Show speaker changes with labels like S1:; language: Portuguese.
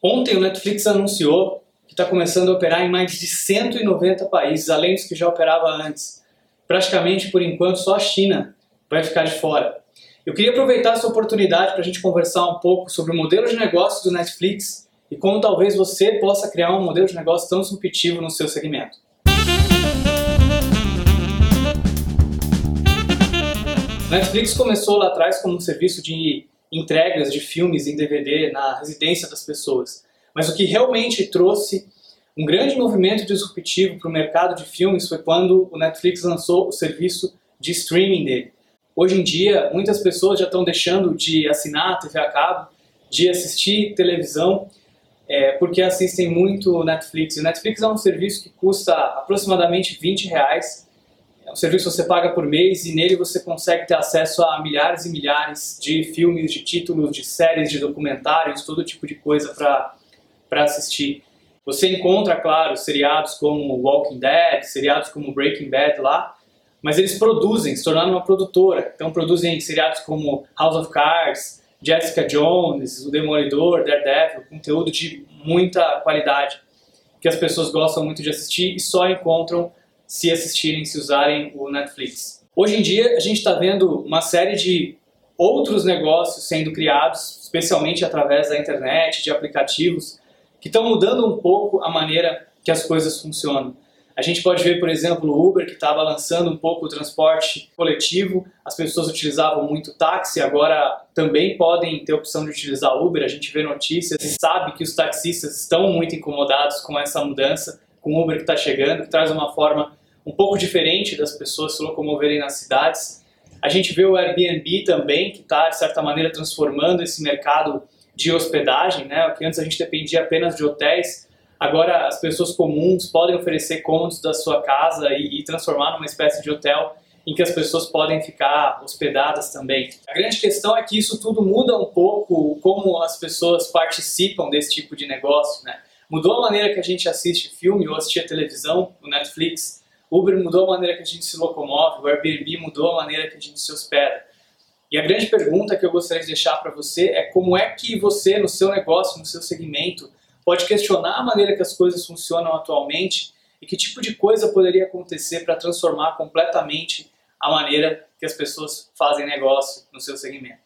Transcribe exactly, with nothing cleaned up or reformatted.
S1: Ontem o Netflix anunciou que está começando a operar em mais de cento e noventa países, além dos que já operava antes. Praticamente, por enquanto, só a China vai ficar de fora. Eu queria aproveitar essa oportunidade para a gente conversar um pouco sobre o modelo de negócio do Netflix e como talvez você possa criar um modelo de negócio tão disruptivo no seu segmento. O Netflix começou lá atrás como um serviço de entregas de filmes em D V D na residência das pessoas. Mas o que realmente trouxe um grande movimento disruptivo para o mercado de filmes foi quando o Netflix lançou o serviço de streaming dele. Hoje em dia, muitas pessoas já estão deixando de assinar a T V a cabo, de assistir televisão, é, porque assistem muito Netflix. E o Netflix é um serviço que custa aproximadamente vinte reais. É um serviço que você paga por mês e nele você consegue ter acesso a milhares e milhares de filmes, de títulos, de séries, de documentários, todo tipo de coisa para para assistir. Você encontra, claro, seriados como Walking Dead, seriados como Breaking Bad lá, mas eles produzem, se tornaram uma produtora. Então produzem seriados como House of Cards, Jessica Jones, O Demolidor, Daredevil, conteúdo de muita qualidade, que as pessoas gostam muito de assistir e só encontram se assistirem, se usarem o Netflix. Hoje em dia a gente está vendo uma série de outros negócios sendo criados, especialmente através da internet, de aplicativos, que estão mudando um pouco a maneira que as coisas funcionam. A gente pode ver, por exemplo, o Uber, que estava lançando um pouco o transporte coletivo. As pessoas utilizavam muito táxi, agora também podem ter a opção de utilizar Uber. A gente vê notícias e sabe que os taxistas estão muito incomodados com essa mudança, com o Uber que está chegando, que traz uma forma um pouco diferente das pessoas se locomoverem nas cidades. A gente vê o Airbnb também, que está, de certa maneira, transformando esse mercado de hospedagem, né? Que antes a gente dependia apenas de hotéis. Agora as pessoas comuns podem oferecer cômodos da sua casa e, e transformar numa espécie de hotel em que as pessoas podem ficar hospedadas também. A grande questão é que isso tudo muda um pouco como as pessoas participam desse tipo de negócio, né? Mudou a maneira que a gente assiste filme ou assiste a televisão, o Netflix. Uber mudou a maneira que a gente se locomove, o Airbnb mudou a maneira que a gente se hospeda. E a grande pergunta que eu gostaria de deixar para você é como é que você, no seu negócio, no seu segmento, pode questionar a maneira que as coisas funcionam atualmente e que tipo de coisa poderia acontecer para transformar completamente a maneira que as pessoas fazem negócio no seu segmento.